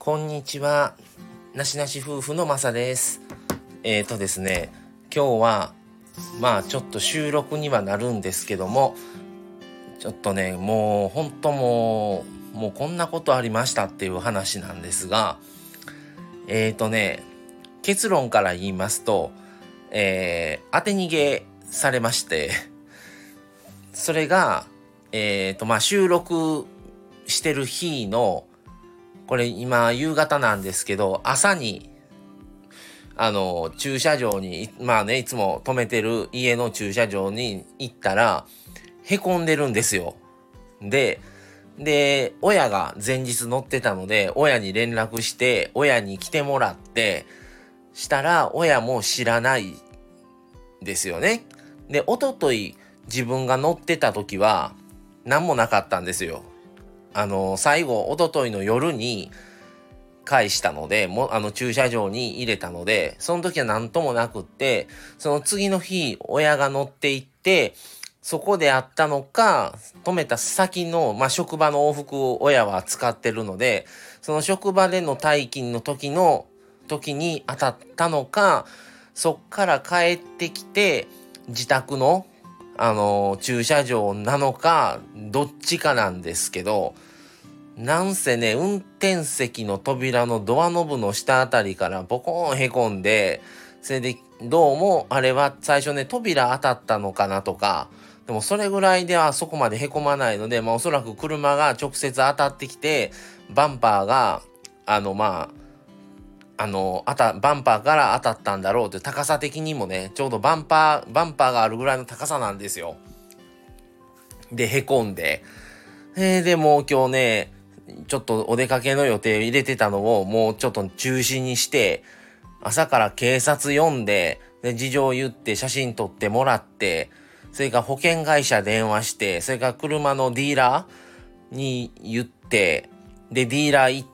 こんにちは。なしなし夫婦のまさです。ですね、今日はちょっと収録にはなるんですけども、ちょっとね、もう本当もうこんなことありましたっていう話なんですが、結論から言いますと、当て逃げされまして、それが、収録してる日の、これ今夕方なんですけど、朝に駐車場にいつも止めてる家の駐車場に行ったらへこんでるんですよ。で親が前日乗ってたので、親に連絡して親に来てもらってしたら、親も知らないですよね。で、一昨日自分が乗ってた時は何もなかったんですよ。最後一昨日の夜に返したので、駐車場に入れたので、その時は何ともなくって、その次の日親が乗って行って、そこであったのか、止めた先の、職場の往復を親は使ってるので、その職場での退勤の時に当たったのか、そっから帰ってきて自宅の駐車場なのか、どっちかなんですけど、なんせね、運転席の扉のドアノブの下あたりからボコーンへこんで、それでどうもあれは最初ね、扉当たったのかなとか、でもそれぐらいではそこまでへこまないので、おそらく車が直接当たってきて、バンパーがバンパーから当たったんだろうという、高さ的にもね、ちょうどバンパーがあるぐらいの高さなんですよ。で、へこんで。で、もう今日ね、ちょっとお出かけの予定入れてたのをもうちょっと中止にして、朝から警察呼んで、事情言って写真撮ってもらって、それから保険会社電話して、それから車のディーラーに言って、で、ディーラー行って、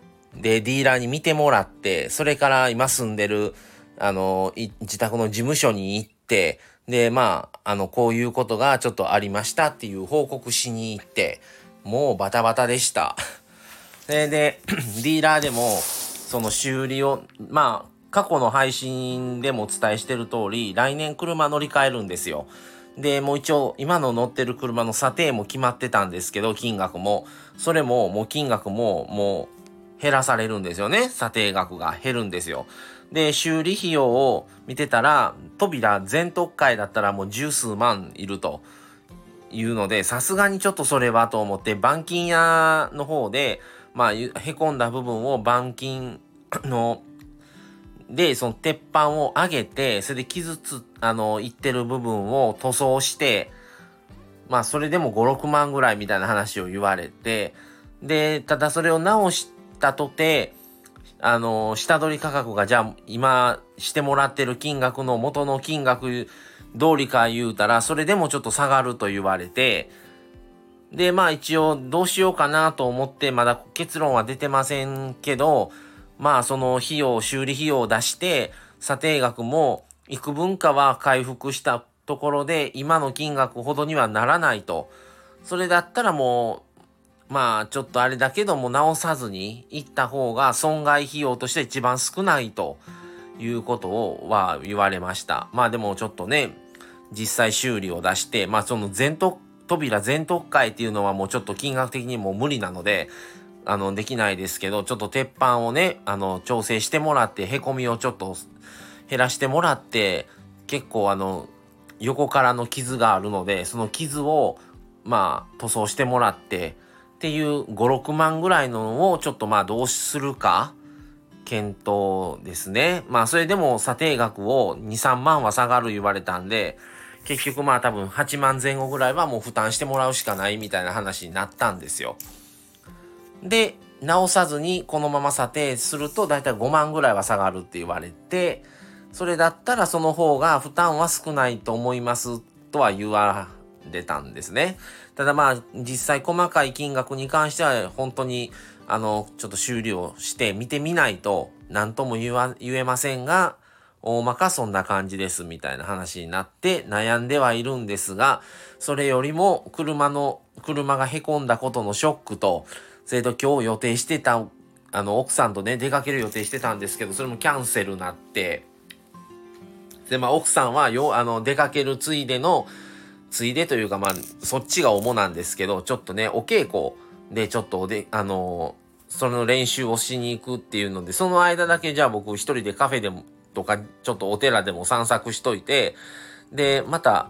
で、ディーラーに見てもらって、それから今住んでる、自宅の事務所に行って、で、こういうことがちょっとありましたっていう報告しに行って、もうバタバタでした。それで、ディーラーでも、その修理を、過去の配信でもお伝えしてる通り、来年車乗り換えるんですよ。で、もう一応、今の乗ってる車の査定も決まってたんですけど、金額も。それも、もう金額も、もう、減らされるんですよね。査定額が減るんですよ。で、修理費用を見てたら、扉全特価だったらもう十数万いるというので、さすがにちょっとそれはと思って、板金屋の方で、へこんだ部分を板金の、で、その鉄板を上げて、それでいってる部分を塗装して、それでも5、6万ぐらいみたいな話を言われて、で、ただそれを直したとて、下取り価格がじゃあ今してもらってる金額の元の金額通りか言うたら、それでもちょっと下がると言われて、で、一応どうしようかなと思って、まだ結論は出てませんけど、その修理費用を出して、査定額も幾分かは回復したところで、今の金額ほどにはならないと。それだったらもう、ちょっとあれだけども直さずに行った方が損害費用として一番少ないということは言われました。でもちょっとね、実際修理を出して、その扉全特価っていうのはもうちょっと金額的にも無理なので、できないですけど、ちょっと鉄板をね、調整してもらって、へこみをちょっと減らしてもらって、結構横からの傷があるので、その傷を、塗装してもらって、っていう5、6万ぐらいのをちょっとどうするか、検討ですね。それでも査定額を2、3万は下がる言われたんで、結局多分8万前後ぐらいはもう負担してもらうしかないみたいな話になったんですよ。で、直さずにこのまま査定するとだいたい5万ぐらいは下がるって言われて、それだったらその方が負担は少ないと思いますとは言われたんですね。ただ実際細かい金額に関しては本当にちょっと修理をして見てみないと何とも言えませんが、大まかそんな感じですみたいな話になって悩んではいるんですが、それよりも車がへこんだことのショックと、それと今日予定してた奥さんとね、出かける予定してたんですけど、それもキャンセルになって、で、奥さんは出かけるついでというか、そっちが主なんですけど、ちょっとね、お稽古で、ちょっとその練習をしに行くっていうので、その間だけじゃあ僕一人でカフェでも、とか、ちょっとお寺でも散策しといて、で、また、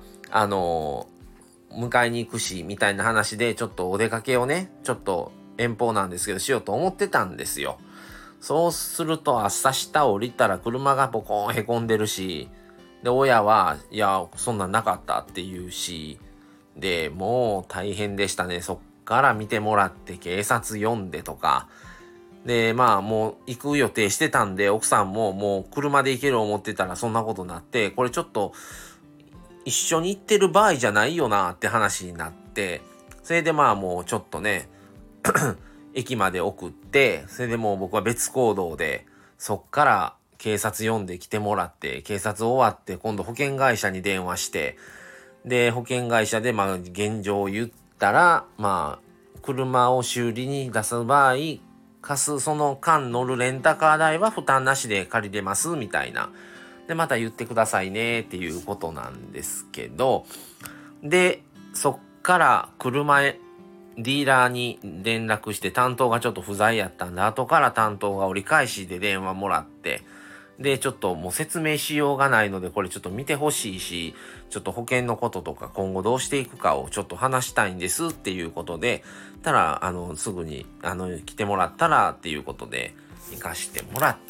迎えに行くし、みたいな話で、ちょっとお出かけをね、ちょっと遠方なんですけど、しようと思ってたんですよ。そうすると、朝下降りたら車がボコーンへこんでるし、で、親は、いや、そんなんなかったって言うし、で、もう大変でしたね。そっから見てもらって警察呼んでとか、で、もう行く予定してたんで、奥さんももう車で行ける思ってたらそんなことになって、これちょっと一緒に行ってる場合じゃないよなって話になって、それでもうちょっとね、駅まで送って、それでもう僕は別行動で、そっから警察呼んで来てもらって、警察終わって今度保険会社に電話して、で、保険会社で現状を言ったら、車を修理に出す場合、その間乗るレンタカー代は負担なしで借りれます、みたいな。で、また言ってくださいね、っていうことなんですけど、で、そっからディーラーに連絡して担当がちょっと不在やったんで、後から担当が折り返しで電話もらって、で、ちょっともう説明しようがないので、これちょっと見てほしいし、ちょっと保険のこととか今後どうしていくかをちょっと話したいんですっていうことで、たら、すぐに、来てもらったらっていうことで、行かしてもらって、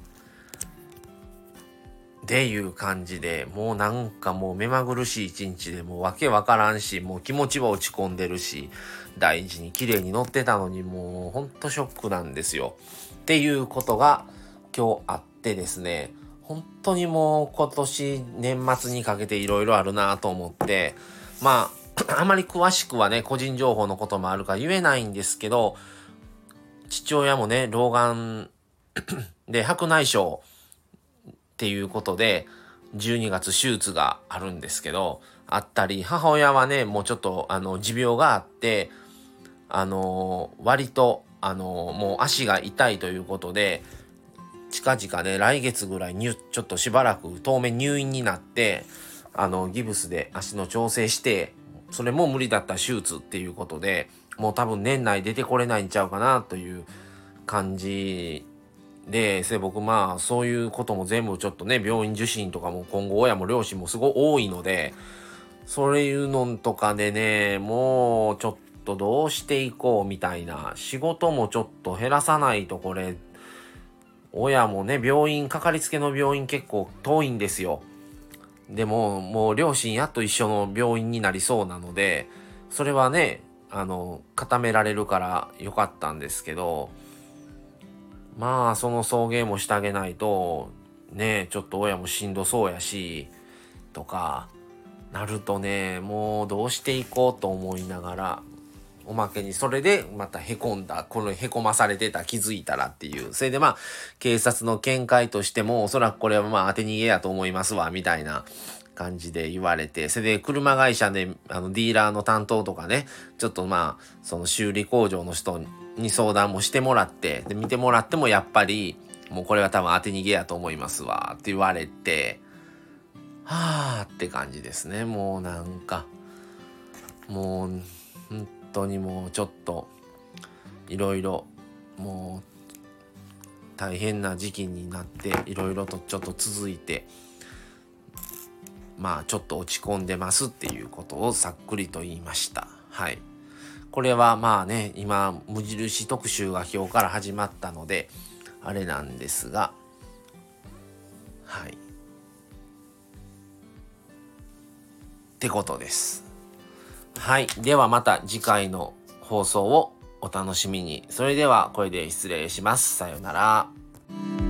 っていう感じで、もうなんかもう目まぐるしい一日でもうわけわからんし、もう気持ちは落ち込んでるし、大事に綺麗に乗ってたのにもうほんとショックなんですよ。っていうことが今日あってですね、本当にもう今年年末にかけていろいろあるなと思って、あまり詳しくはね、個人情報のこともあるから言えないんですけど、父親もね、老眼で白内障っていうことで、12月手術があるんですけど、あったり、母親はね、もうちょっと持病があって、割ともう足が痛いということで、近々ね、来月ぐらいにちょっとしばらく当面入院になって、ギブスで足の調整して、それも無理だったら手術っていうことで、もう多分年内出てこれないんちゃうかなという感じで、僕そういうことも全部ちょっとね、病院受診とかも今後親も両親もすごい多いので、そういうのとかでね、もうちょっとどうしていこうみたいな、仕事もちょっと減らさないとこれ、親もね、かかりつけの病院結構遠いんですよ。でも、もう両親やっと一緒の病院になりそうなので、それはね、固められるからよかったんですけど、その送迎もしてあげないと、ね、ちょっと親もしんどそうやし、とか、なるとね、もうどうしていこうと思いながら、おまけにそれでまたこのへこまされてた、気づいたらっていう。それで警察の見解としても、おそらくこれは当て逃げやと思いますわ、みたいな感じで言われて、それで車会社で、ディーラーの担当とかね、ちょっとその修理工場の人に相談もしてもらって、で、見てもらってもやっぱり、もうこれは多分当て逃げやと思いますわ、って言われて、はーって感じですね。もうなんか、もう、本当にもうちょっと、いろいろ、もう、大変な時期になって、いろいろとちょっと続いて、ちょっと落ち込んでますっていうことをさっくりと言いました。はい。これは今、無印特集が今日から始まったので、あれなんですが、はい。ってことです。はい。ではまた次回の放送をお楽しみに。それではこれで失礼します。さようなら。